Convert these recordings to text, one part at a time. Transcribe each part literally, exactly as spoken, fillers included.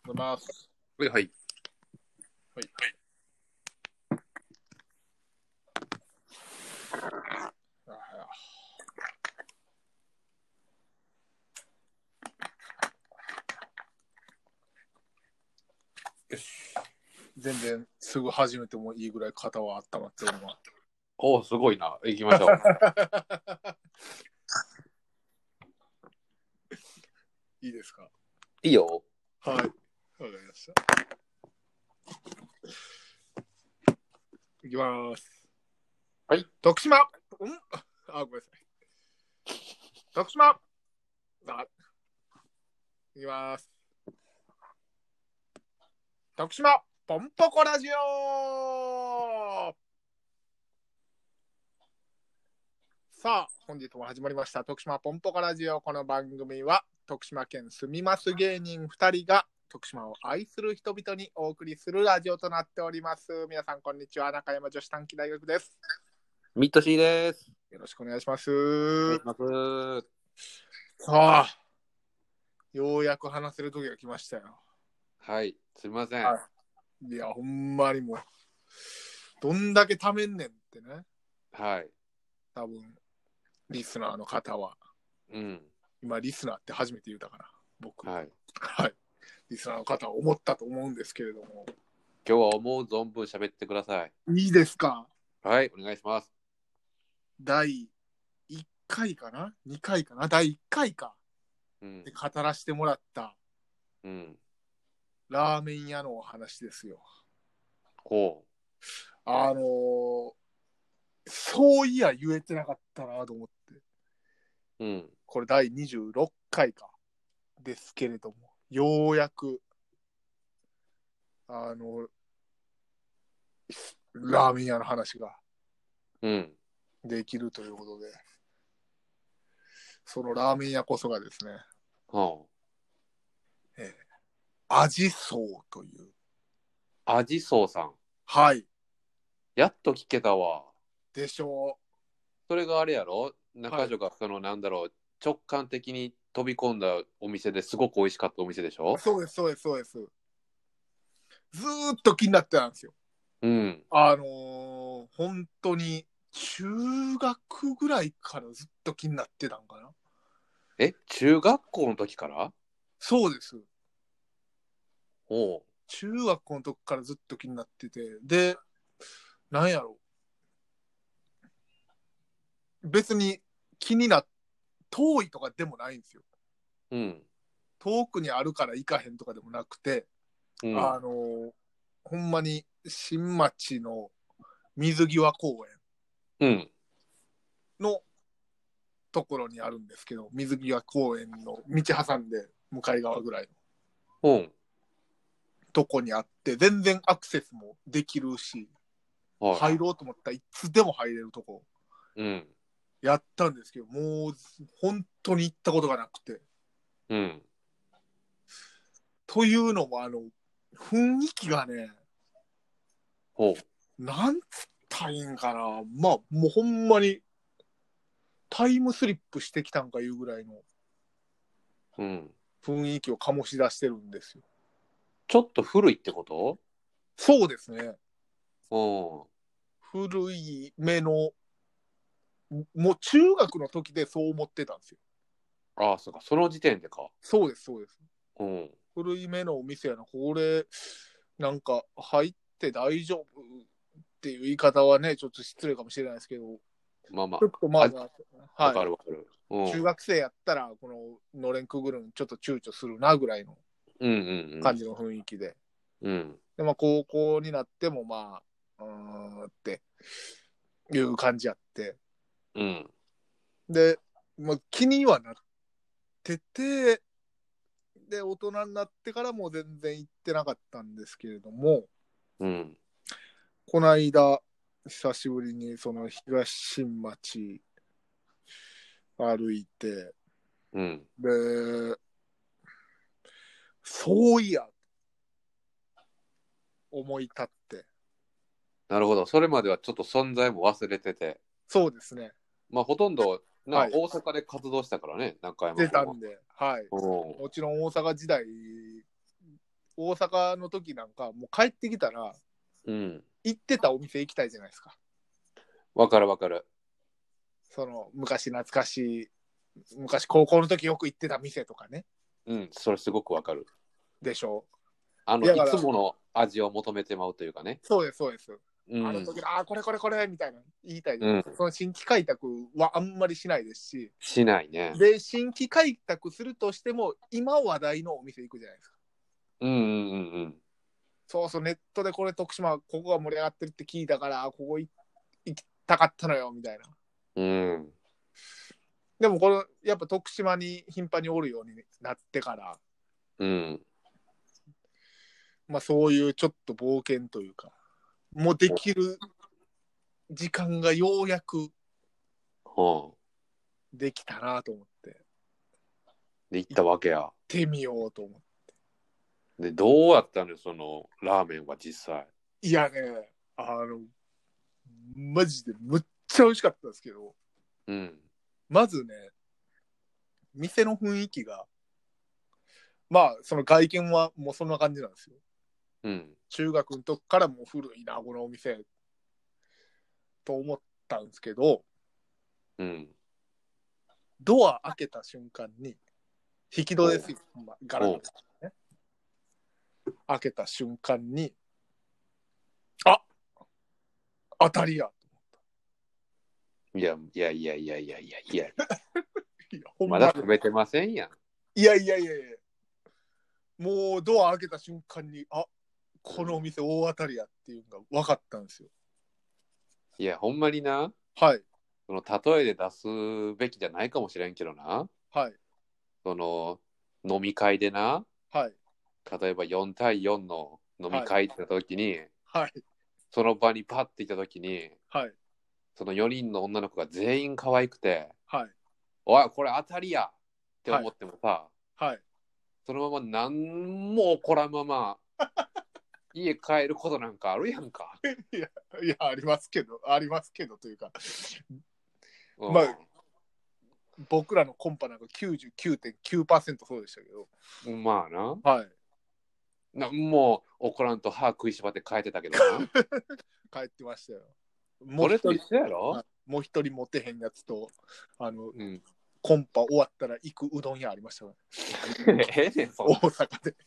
飲みます。 はいはい。 はい。よし。全然すぐ始めてもいいぐらい肩は温まっております。 おお、すごいな。行きましょう。 いいですか？ いいよ。 はい。わかりました。いきます。 はい。 徳島。うんあ、ごめんなさい。徳島。あ、いきます。徳島ポンポコラジオ。さあ、本日も始まりました徳島ポンポコラジオ。この番組は徳島県住みます芸人ふたりが徳島を愛する人々にお送りするラジオとなっております。皆さんこんにちは。中山女子短期大学です。 ミッドシーです。 よろしくお願いします。 お願いします。 さあ、ようやく話せる時が来ましたよ。 はい、すみません。 はい、いや、ほんまにもう、どんだけためんねんってね。 はい。 多分、リスナーの方は。 うん。 今、リスナーって初めて言うたかな、僕。 はい。 はい。リスナーの方は思ったと思うんですけれども。 今日は思う存分喋ってください。 いいですか？ はい、お願いします。 だいいっかいかな ?に 回かなだいいっかいか。 うん。 で語らせてもらった、 うん。 ラーメン屋のお話ですよ。 こあのー、そういや言えてなかったなと思って。 う。うん。 これだいにじゅうろっかいか。ですけれども、ようやく、あの、ラーメン屋の話がうん。 できるということで、そのラーメン屋こそがですね、 はえー、味そうという。 あ。味そうさん。 はい。 やっと聞けたわ。 でしょそれがあれやろ、 う。はい。 中条がそのなんだろう、直感的に飛び込んだお店ですごく美味しかったお店でしょ？ そうです、そうです、そうです。ずーっと気になってたんですよ。 うん。 あのー、本当に中学ぐらいからずっと気になってたんかな。 え、中学校の時から？ そうです。 おう。 中学校の時からずっと気になってて、で、なんやろ。別に気になっ遠いとかでもないんですよ。 うん。 遠くにあるから行かへんとかでもなくて、 うん。 あのー、ほんまに新町の水際公園うん。 のところにあるんですけど、水際公園の道挟んで向かい側ぐらいのうん。 とこにあって、全然アクセスもできるし、 はい。 入ろうと思ったらいつでも入れるとこうん。 やったんですけど、もう本当に行ったことがなくて。 うん。 というのも、あの、雰囲気がね、 ほなんつったらいいんかな。まあ、もうほんまにタイムスリップしてきたんかいうぐらいのう。うん。 雰囲気を醸し出してるんですよ。 ちょっと古いってこと？ そうですね。 うん。 古い目の、もう中学の時でそう思ってたんですよ。 ああ、そうか。その時点でか。 そうです、そうです。 うん。 古い目のお店やな。これ、なんか入って大丈夫っていう言い方はね、ちょっと失礼かもしれないですけど、 まあまちょっとまあ。 ああ、 まあ、 わはい。 かるわかる。うん。 中学生やったら、こののれんくぐるのちょっと躊躇するなぐらいのうんうん感じの雰囲気で。 うん。うん。 で、まあ、高校になっても、まあ、うーんっていう感じやって。 うん。 で、まあ、気にはなってて、で、大人になってからも全然行ってなかったんですけれども、 うん。 この間、久しぶりにその東新町歩いて、 うん。 で、そういや、思い立って。 なるほど。それまではちょっと存在も忘れてて。 そうですね。 まあ、ほとんど、な、 はい。 大阪で活動したからね、中山君は。 出たんで、はい。 うん。 もちろん大阪時代大阪の時なんかもう帰ってきたらうん。 行ってたお店行きたいじゃないですか。 わかるわかる。 その昔懐かしい昔高校の時よく行ってた店とかね。 うん、それすごくわかる。 でしょあの、 だからいつもの味を求めてまうというかね。 そうですそうです、 うん。 あの時あーこれこれこれみたいな言いたいじゃうんないですか、その新規開拓はあんまりしないですし、 しないね。 で新規開拓するとしても今話題のお店行くじゃないですか。 うんうんうんうん。 そうそう、ネットでこれ徳島ここが盛り上がってるって聞いたからここ行きたかったのよみたいな。 うん。 でもこれやっぱ徳島に頻繁におるようになってから、 うん。 まあそういうちょっと冒険というかもうできる時間がようやくはあ。 できたなと思ってで、行ったわけや。 行ってみようと思って。 で、どうやったのよ、その、ラーメンは実際。 いやね、あのマジでむっちゃ美味しかったんですけど、 うん。 まずね店の雰囲気がまあその外見はもうそんな感じなんですよ。 うん。 中学の時からもう古いなこのお店と思ったんですけど、 うん。 ドア開けた瞬間に引き戸ですよ、まあ、ガラガラ、ね、開けた瞬間にあ当たりやといや、いやいやいやいやいやいや。 思った。いやほんままだ食べてませんやん。 いやいやいやいやもうドア開けた瞬間にあこのお店大当たりやっていうのが分かったんですよ。 いや、ほんまにな、 はいその例えで出すべきじゃないかもしれんけどな、 はいその飲み会でな、 はい例えばよん対よんの飲み会ってなった時に、 はいその場にパッて行った時に、 はいそのよにんの女の子が全員可愛くて、 はいおい、これ当たりやって思ってもさ、 はいそのまま何も起こらんまま家帰ることなんかあるやんか。 いやいやありますけどありますけどというか、 うん、 まあ僕らのコンパなんか きゅうじゅうきゅうてんきゅうパーセント そうでしたけど、 まあな。 はいなんも起こらんと歯食いしばって帰ってたけどな。 帰ってましたよ。 それと一人一緒やろ、 はいもう一人モテへんやつとあの、 うん、 コンパ終わったら行くうどん屋ありましたから、ね、 ええねん、そ大阪で。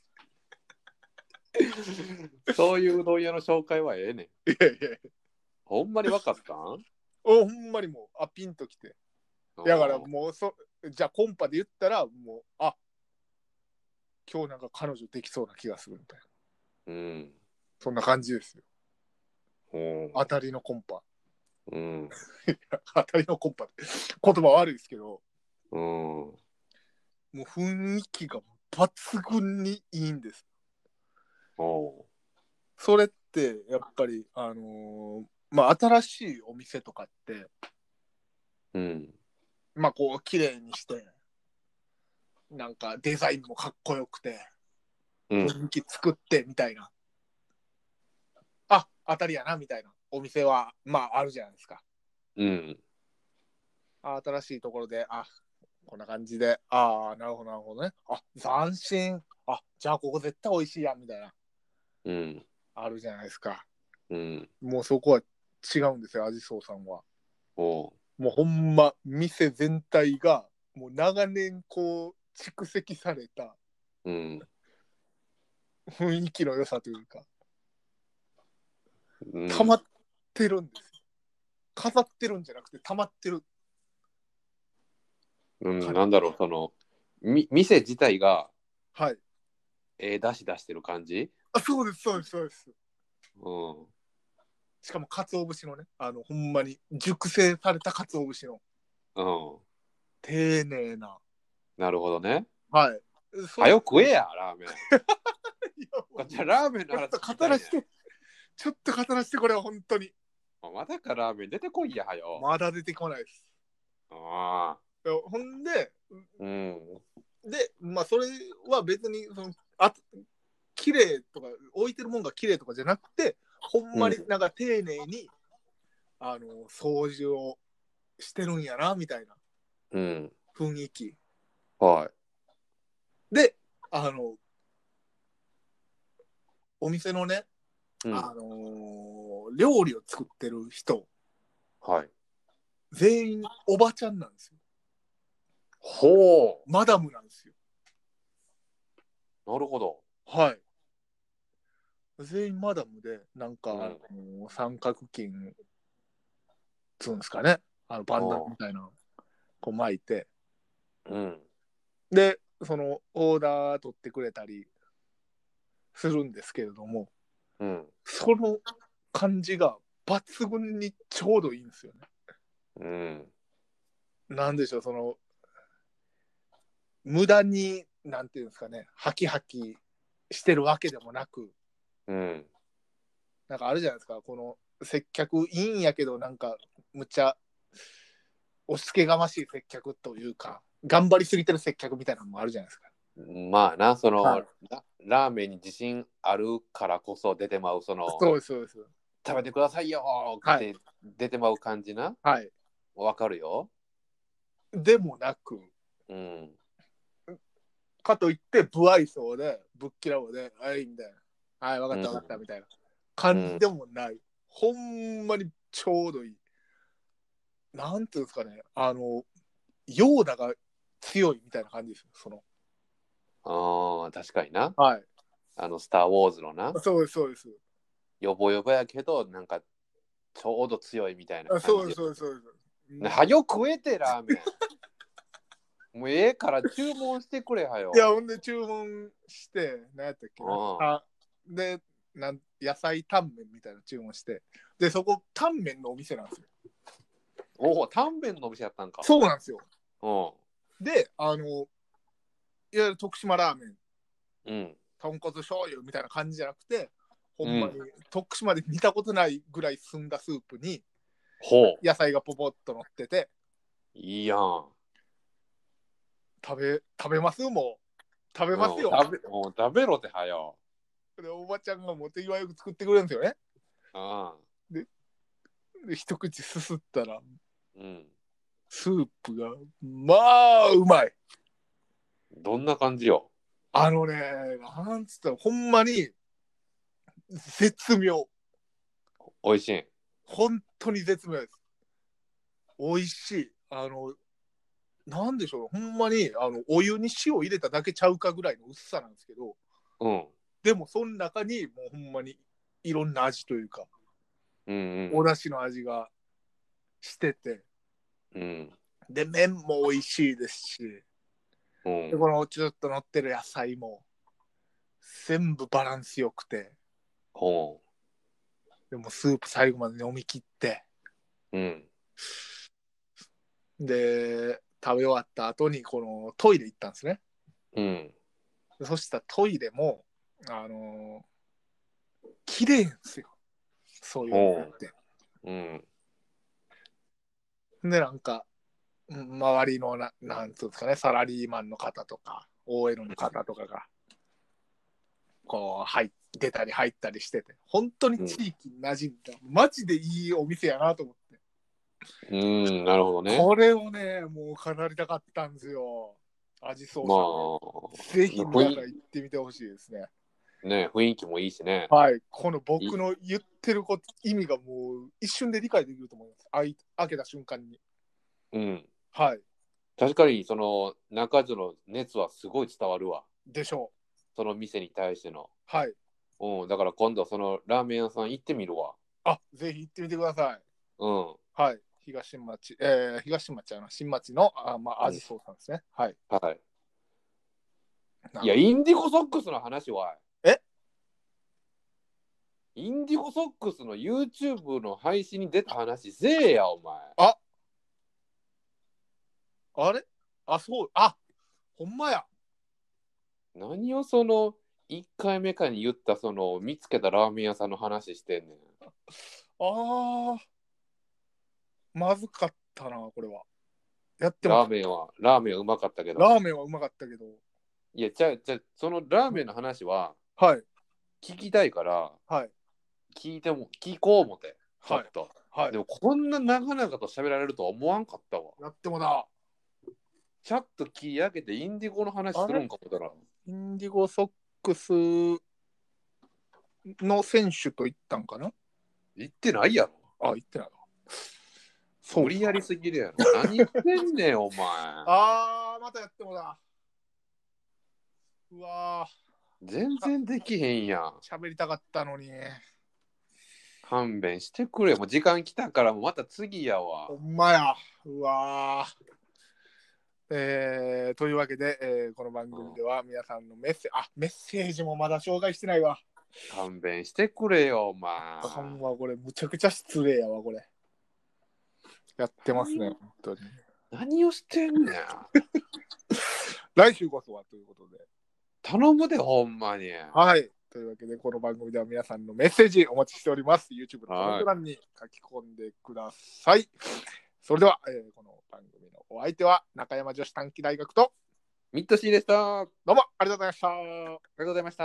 そういううどん屋の紹介はええねん。 いやいやいやほんまに分かったんおほんまにもうあピンときて、だからもうそじゃあコンパで言ったらもうあ今日なんか彼女できそうな気がするみたいな、 うん、 そんな感じですよ。 うん当たりのコンパうん、 当たりのコンパって言葉悪いですけど、 うん、 もう雰囲気が抜群にいいんです。 おそれってやっぱりあのーまあ新しいお店とかってうん、 まあこう綺麗にしてなんかデザインもかっこよくてうん、 雰囲気作ってみたいな、あ当たりやなみたいなお店はまああるじゃないですか。 うん、 あ新しいところであこんな感じでああなるほどなるほどねあ斬新あじゃあここ絶対美味しいやんみたいなうん、 あるじゃないですか。 うん、 もうそこは違うんですよ味そうさんは。 おもうほんま店全体がもう長年こう蓄積されたうん、 雰囲気の良さというかうん、 溜まってるんですよ。飾ってるんじゃなくて溜まってる。 うん、なんだろう、そのみ店自体がはいええ出し出してる感じ。 あそうですそうですそうです。 うん、 しかも鰹節のねあのほんまに熟成された鰹節のうん、 丁寧ななるほどね。 はいはよ食えやラーメン。 いやこっちはラーメンのちょっと話聞きたいね語らせてちょっと語らせてこれは本当にまだかラーメン出てこいやはよ。 まだ出てこないです。 ああ、 いやほんでうん、 でまあそれは別にそのあ綺麗とか置いてるもんが綺麗とかじゃなくてほんまになんか丁寧に、うん、あの掃除をしてるんやなみたいなうん雰囲気はいであのお店のね、 うん、 あのー料理を作ってる人、 はい。 全員おばちゃんなんですよ。 ほマダムなんですよ。 う。なるほど。 はい。全員マダムで、なんか、 うんあのー三角巾つうんですかね。あのバンダナみたいなのこう巻いて、 うん。 で、そのオーダー取ってくれたりするんですけれども、 うん。 その感じが抜群にちょうどいいんですよね。 うん。 なんでしょう、その、無駄に、なんていうんですかね、ハキハキしてるわけでもなく、 うん。 なんかあるじゃないですか、この接客いいんやけど、なんかむっちゃ押し付けがましい接客というか、頑張りすぎてる接客みたいなのもあるじゃないですか。 まあな、その、 はい、 ラ、ラーメンに自信あるからこそ出てまう、その、 そうです、そうです。 食べてくださいよーって出てまう感じな。 はい。 わかるよ。 でもなく、 うん。 かといって不愛想で、ぶっきらぼうで、はい、みたいな。はい、わかったわかったみたいな感じでもない。ほんまにちょうどいい。なんていうんですかね、あの、ヨーダが強いみたいな感じですよ、その。 ああ、確かにな。 はい。 あの、スター・ウォーズのな、 そうです、そうです。 よぼよぼやけど、なんか、ちょうど強いみたいな感じ。 あそうです、そうです、そうです。 ねはよ食えて、ラーメン。もうええから注文してくれはよ。 いや、ほんで注文して、何やったっけな。 うんあでなん野菜タンメンみたいな注文して、で、そこ、タンメンのお店なんですよ。 おお、タンメンのお店やったんか。 そうなんですよ。 うで、あの、いわゆる徳島ラーメン、 ん。うん。 豚骨醤油みたいな感じじゃなくて、ほんまに、 うん、 徳島で見たことないぐらい澄んだスープに、 ほう。 野菜がポポッと乗ってて、 いいやん。 食べ、食べますもう。食べうん、 ますよ。 食べ、もう食べろってはよ。 で、おばちゃんがもう手際よく作ってくれるんですよね。 ああ。 で、で一口すすったら、 うん。 スープが、まあ、うまい。 どんな感じよ。 あのね、なんつったら、ほんまに、絶妙。 おいしい。 本当に絶妙です。美味しい。あの、なんでしょう、ほんまに、あの、お湯に塩入れただけちゃうかぐらいの薄さなんですけど、 うん。 でも、その中に、もうほんまに、いろんな味というか、 うんうん。 お出汁の味がしてて、 うん。 で、麺も美味しいですし、で、 うん。 このちょっと乗ってる野菜も、全部バランスよくて、 ほでもスープ最後まで飲み切って、 う。うん。 で、食べ終わった後に、このトイレ行ったんですね。 うん。 でそしたらトイレも、あのー、綺麗んですよ。そういうのって。 うん。 で、なんか、周りのな、なんつうんですかね、サラリーマンの方とか、オーエル の方とかが、こう、入出たり入ったりしてて、本当に地域に馴染んだ、マジでいいお店やなと思って。 うん。なるほどね。 これをね、もう語りたかったんですよ。味そうまさあ、 ん。ぜひ皆さん雰囲行ってみてほしいですね。 ね、雰囲気もいいしね。 はい。このい僕の言ってること意味がもう一瞬で理解できると思います。開い開けた瞬間に。 うん。 はい。 確かに、その、中津の熱はすごい伝わるわ。 でしょその店に対しての。 う。はい。 うん。だから今度、そのラーメン屋さん行ってみるわ。 あ、ぜひ行ってみてください。 うん。 はい。東新町、えー、東新町やな、新町の、あ、まあ、味そうさんですね。はい。 はい。いや、 なるほど。 インディゴソックスの話は、 えインディゴソックスの YouTube の配信に出た話せえや、お前。 あ、あれあ、そう、あ、ほんまや。 何をそのいっかいめかに言ったその見つけたラーメン屋さんの話してんねん。 あー、まずかったな、これは。やってもラーメンは、ラーメンはうまかったけど。 ラーメンはうまかったけど。 いや、じゃあ、じゃあそのラーメンの話ははい。 聞きたいから、 はい。 聞いても、聞こう思て、ちょはい。 っと。 はい。 でも、こんな長々と喋られるとは思わんかったわ。 やってもだ。 ちゃっと気上げてインディゴの話するんかもだら。 インディゴソックスの選手と行ったんかな。 行ってないやろ。 あ、行ってないな。そう無理やりすぎるやろ。何言ってんねん、お前。 あー、またやってもだ。うわ全然できへんやん。 ー、喋りたかったのに。 勘弁してくれ。もう時間来たからもうまた次やわほ。んまや。うわー。えー、というわけで、えーこの番組では皆さんのメッセージ、あ、メッセージもまだ紹介してないわ。 勘弁してくれよ、お前。 かんわ、これ、むちゃくちゃ失礼やわ、これ。やってますね、本当に。 何をしてんねん。 来週こそはということで。 頼むで、ほんまに。 はい。というわけで、この番組では皆さんのメッセージお待ちしております。YouTube のコメント欄に書き込んでください。それでは、えーこの番組のお相手は中山女子短期大学と、 ミッドシーでした。ありどうもありがとうございました。 がとうございました。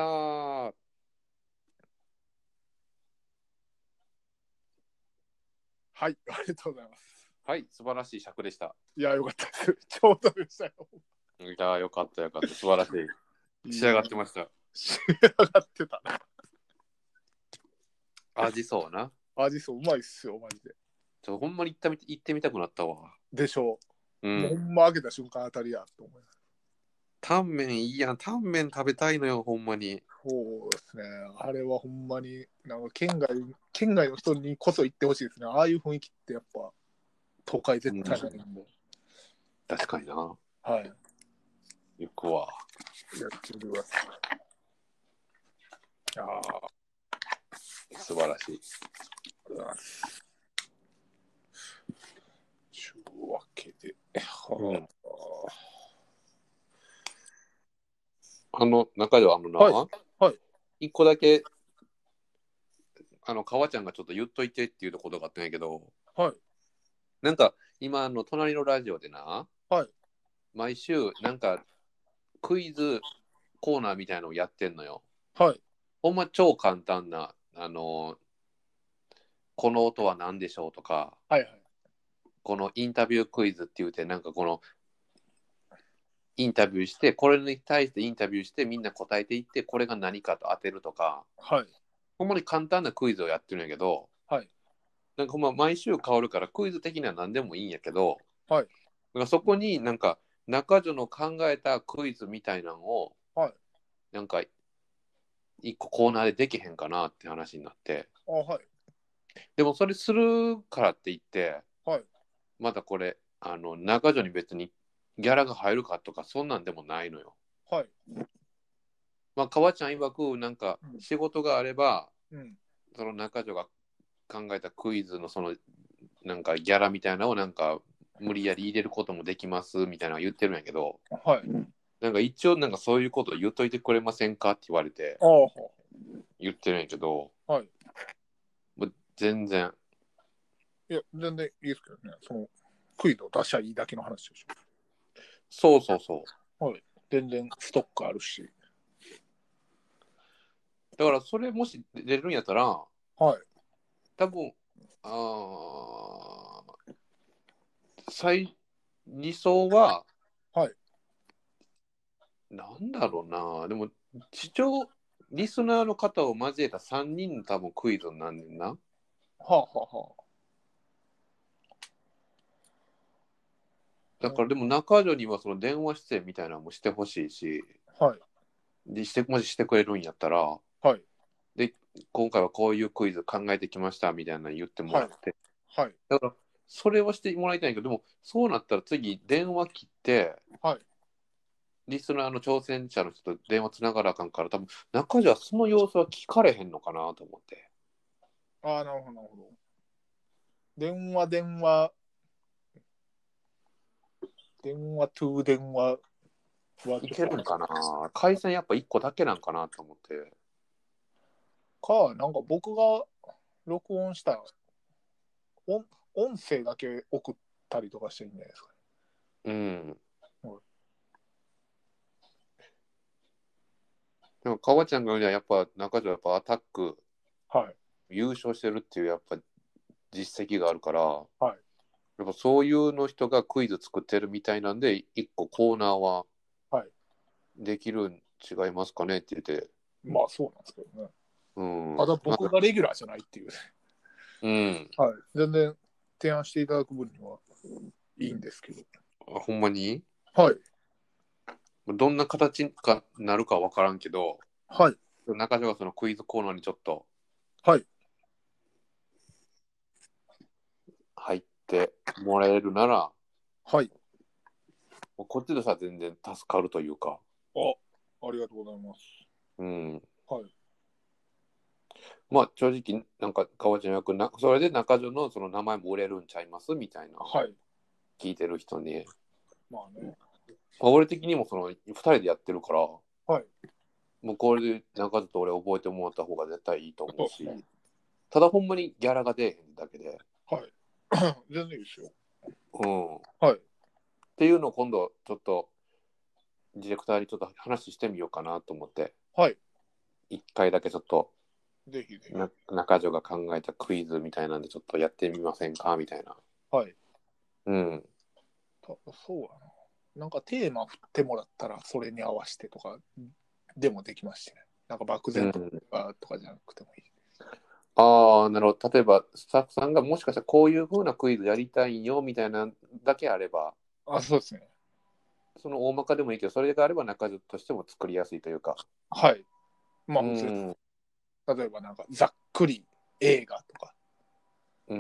はい、ありがとうございます。 はい、素晴らしい尺でした。 いや、よかったです。ちょうどでしたよ。 いや、よかったよかった。素晴らしい。仕上がってました。 仕上がってたな。 味そうな。 味そう、うまいっすよ、マジで。 ちょほんまに行ったみ行ってみたくなったわ。 でしょうう。もうほん。 んま開けた瞬間当たりやと思います。 タンメンいいやん。タンメン食べたいのよ、ほんまに。 そうですね。あれはほんまに、なんか県外、県外の人にこそ行ってほしいですね。ああいう雰囲気ってやっぱ、都会絶対ないんで。 確かにな。 はい。 行くわ。 やってみてください。ああ、 素晴らしい。 ありがとうございます。というわけで、 うんはあの、中ではあのな、 はいはい一個だけ、あの、川ちゃんがちょっと言っといてっていうところがあったんやけど、 あ、はい、 なんか、今、あの、隣のラジオでな、 はい、 毎週、なんか、クイズコーナーみたいなのをやってんのよ。 はい、 ほんま超簡単な、あの、この音は何でしょうとか、 はい、はい、 このインタビュークイズって言うて、なんかこの、インタビューして、これに対してインタビューして、みんな答えていって、これが何かと当てるとか、 はい、 ほんまに簡単なクイズをやってるんやけど、 はい、 なんかほんま毎週変わるからクイズ的には何でもいいんやけど、 はい、 なんかそこになんか中条の考えたクイズみたいなのを、 はい、 なんか一個コーナーでできへんかなって話になって、 あ、はい、 でもそれするからって言って、 はい、 まだこれ、あの中条に別にギャラが入るかとかそんなんでもないのよ。 はい、 まあ、川ちゃん曰くなんか仕事があれば、 うん、 その中条が考えたクイズのそのなんかギャラみたいなのをなんか無理やり入れることもできますみたいなの言ってるんやけど、 はい、 なんか一応なんかそういうこと言っといてくれませんかって言われてあ、は言ってるんやけど、 はい。 もう全然いや、全然いいですけどね。その、クイズを出しゃいいだけの話でしそうそうそょ。はい。全然ストックあるし。 うだからそれもし出れるんやったらはい。 多分あ最理想ははい。 なんだろうな、でも視聴リスナーの方を交えたさんにんの多分クイズになんねんな。 はあ、はあ、はだからでも中条にはその電話出演みたいなのもしてほしいし、 あ。はい。 でしてもししてくれるんやったら、 はい。 で今回はこういうクイズ考えてきましたみたいなの言ってもらって、 はい。 だからそれをしてもらいたいんやけど、でもそうなったら次電話切ってはい。 リスナーの挑戦者の人と電話つながらあかんから、多分中条はその様子は聞かれへんのかなと思って。 ああ、なるほど、なるほど。電話、電話、電話、トゥー電話はいけるんかな、回線やっぱいっこだけなんかなと思って。 か、なんか僕が録音した音音声だけ送ったりとかしていいんじゃないですかね。 うん。 うんでも川ちゃんが言うにはやっぱ中条やっぱアタックはい。 優勝してるっていうやっぱ実績があるから、 はい。 やっぱそういうの人がクイズ作ってるみたいなんで一個コーナーははい。 できるん違いますかねって言って、 まあそうなんですけどね。 うん。 ただ僕がレギュラーじゃないっていう。 うん。 はい。全然提案していただく分にはいいんですけど。 あ、ほんまにはい。 どんな形かなるかわからんけど、 はい。 中条がそのクイズコーナーにちょっとはい。 入ってもらえるなら、 はい。 こっちでさ全然助かるというか。 あ、ありがとうございます。 うん。 はい。 まあ正直なんか川ちゃん役なそれで中条のその名前も売れるんちゃいますみたいなはい。 聞いてる人に、 まあね。 まあ、俺的にもそのふたりでやってるから、 はい。 もうこれで中条と俺覚えてもらった方が絶対いいと思うし、 そうですね。 ただほんまにギャラが出えへんだけで、 はい。全然いいですよ。 うん、っはい。 ていうのを今度ちょっとディレクターにちょっと話してみようかなと思って、 はい。 一回だけちょっとぜひぜひ。 な中条が考えたクイズみたいなんでちょっとやってみませんかみたいな。 はい。 うん。 たそうやな。なんかテーマ振ってもらったらそれに合わせてとかでもできましてね。なんか漠然とかとかじゃなくてもいい。 ああ、なるほど。例えば、スタッフさんがもしかしたらこういう風なクイズやりたいんよみたいなだけあれば、 あ、そうですね。 その大まかでもいいけど、それがあれば中条としても作りやすいというか。 はい。まあ、 う別にん。 例えばなんかざっくり映画とか、 うん。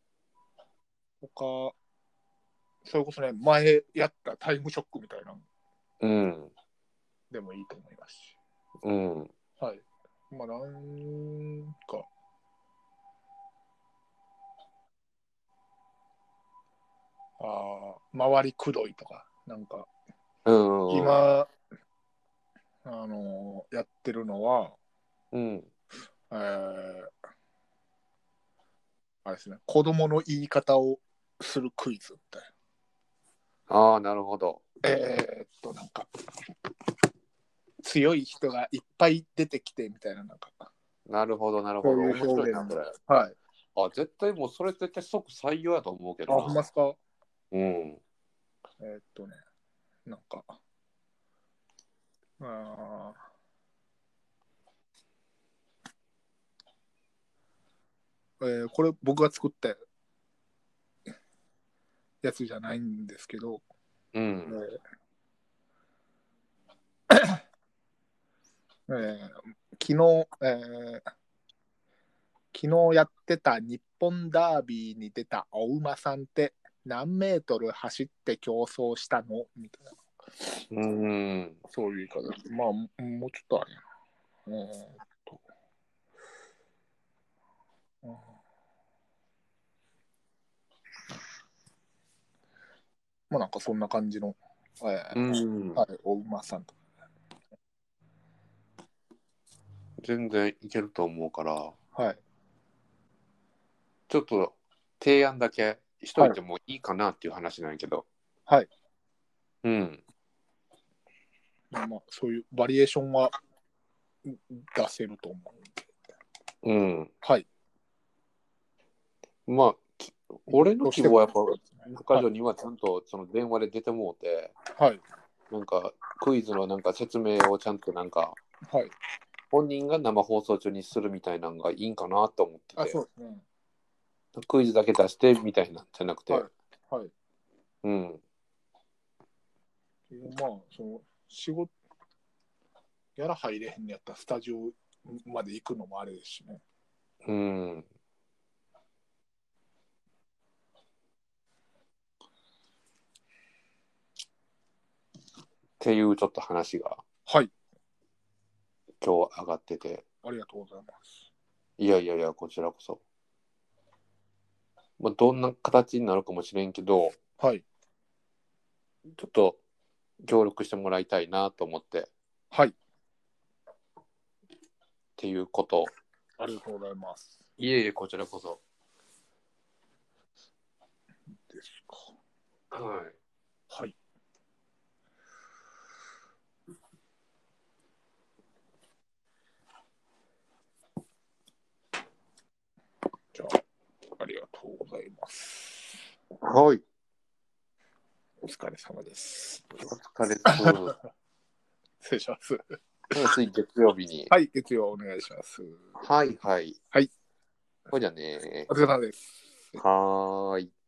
他、それこそね、前やったタイムショックみたいなのうん。 でもいいと思いますし。 うん。 はい。まあ、なんか、あ周りくどいとか、なんか、 うん。 今、あのーやってるのは、 うん。 えー、あれですね、子供の言い方をするクイズみたいああ、なるほど。 な。えー、っと、なんか、強い人がいっぱい出てきてみたいな、なんか、 なるほど、なるほど。 そういう面白いな、 表現で。 それ。 はい。 あ、絶対もうそれ絶対即採用やと思うけあ、 どな。 ほんまっすか？ うん。 えー、っとね、なんか、あえー、これ僕が作ったやつじゃないんですけど、 うん。 えーえー昨日、えー昨日やってた日本ダービーに出たお馬さんって何メートル走って競争したのみたいな、 うん。 そういう言い方です。まあ、もうちょっとあれやな。えーっと、うん、まあなんかそんな感じの、えうーん。 はい、お馬さんと。 全然いけると思うから、 はい。 ちょっと提案だけしとはい。 いてもいいかなっていう話なんやけど。 はい。 うん。 まあまあ、そういうバリエーションは出せると思うんで。 うん。 はい。 まあ、き俺のとしても、 希望はやっぱ中はい。 条にはちゃんとその電話で出てもうて、 はい。 なんかクイズのなんか説明をちゃんとなんかはい。 本人が生放送中にするみたいなのがいいんかなと思ってあ、 て、 そうですね。 クイズだけ出してみたいなんじゃなくはい。 て、 はい。 うん。 まあ、その、仕事、やら入れへんのやったらスタジオまで行くのもあれですしね。 うん。っていうちょっと話がはい。 今日上がってて、 ありがとうございます。 いやいやいや、こちらこそ。まあ、どんな形になるかもしれんけど、 はい。 ちょっと協力してもらいたいなと思ってっはい。 ていうこと。 ありがとうございます。 いえいえ、こちらこそ。 ですか。 はい。 はい。じゃあ、ありがとうございます。 はい。 お疲れ様です。 お疲れっす。 失礼します。 次、月曜日に。 はい、月曜お願いします。 はいはい。 はい。 ほいじゃね。 お疲れ様です。 はーい。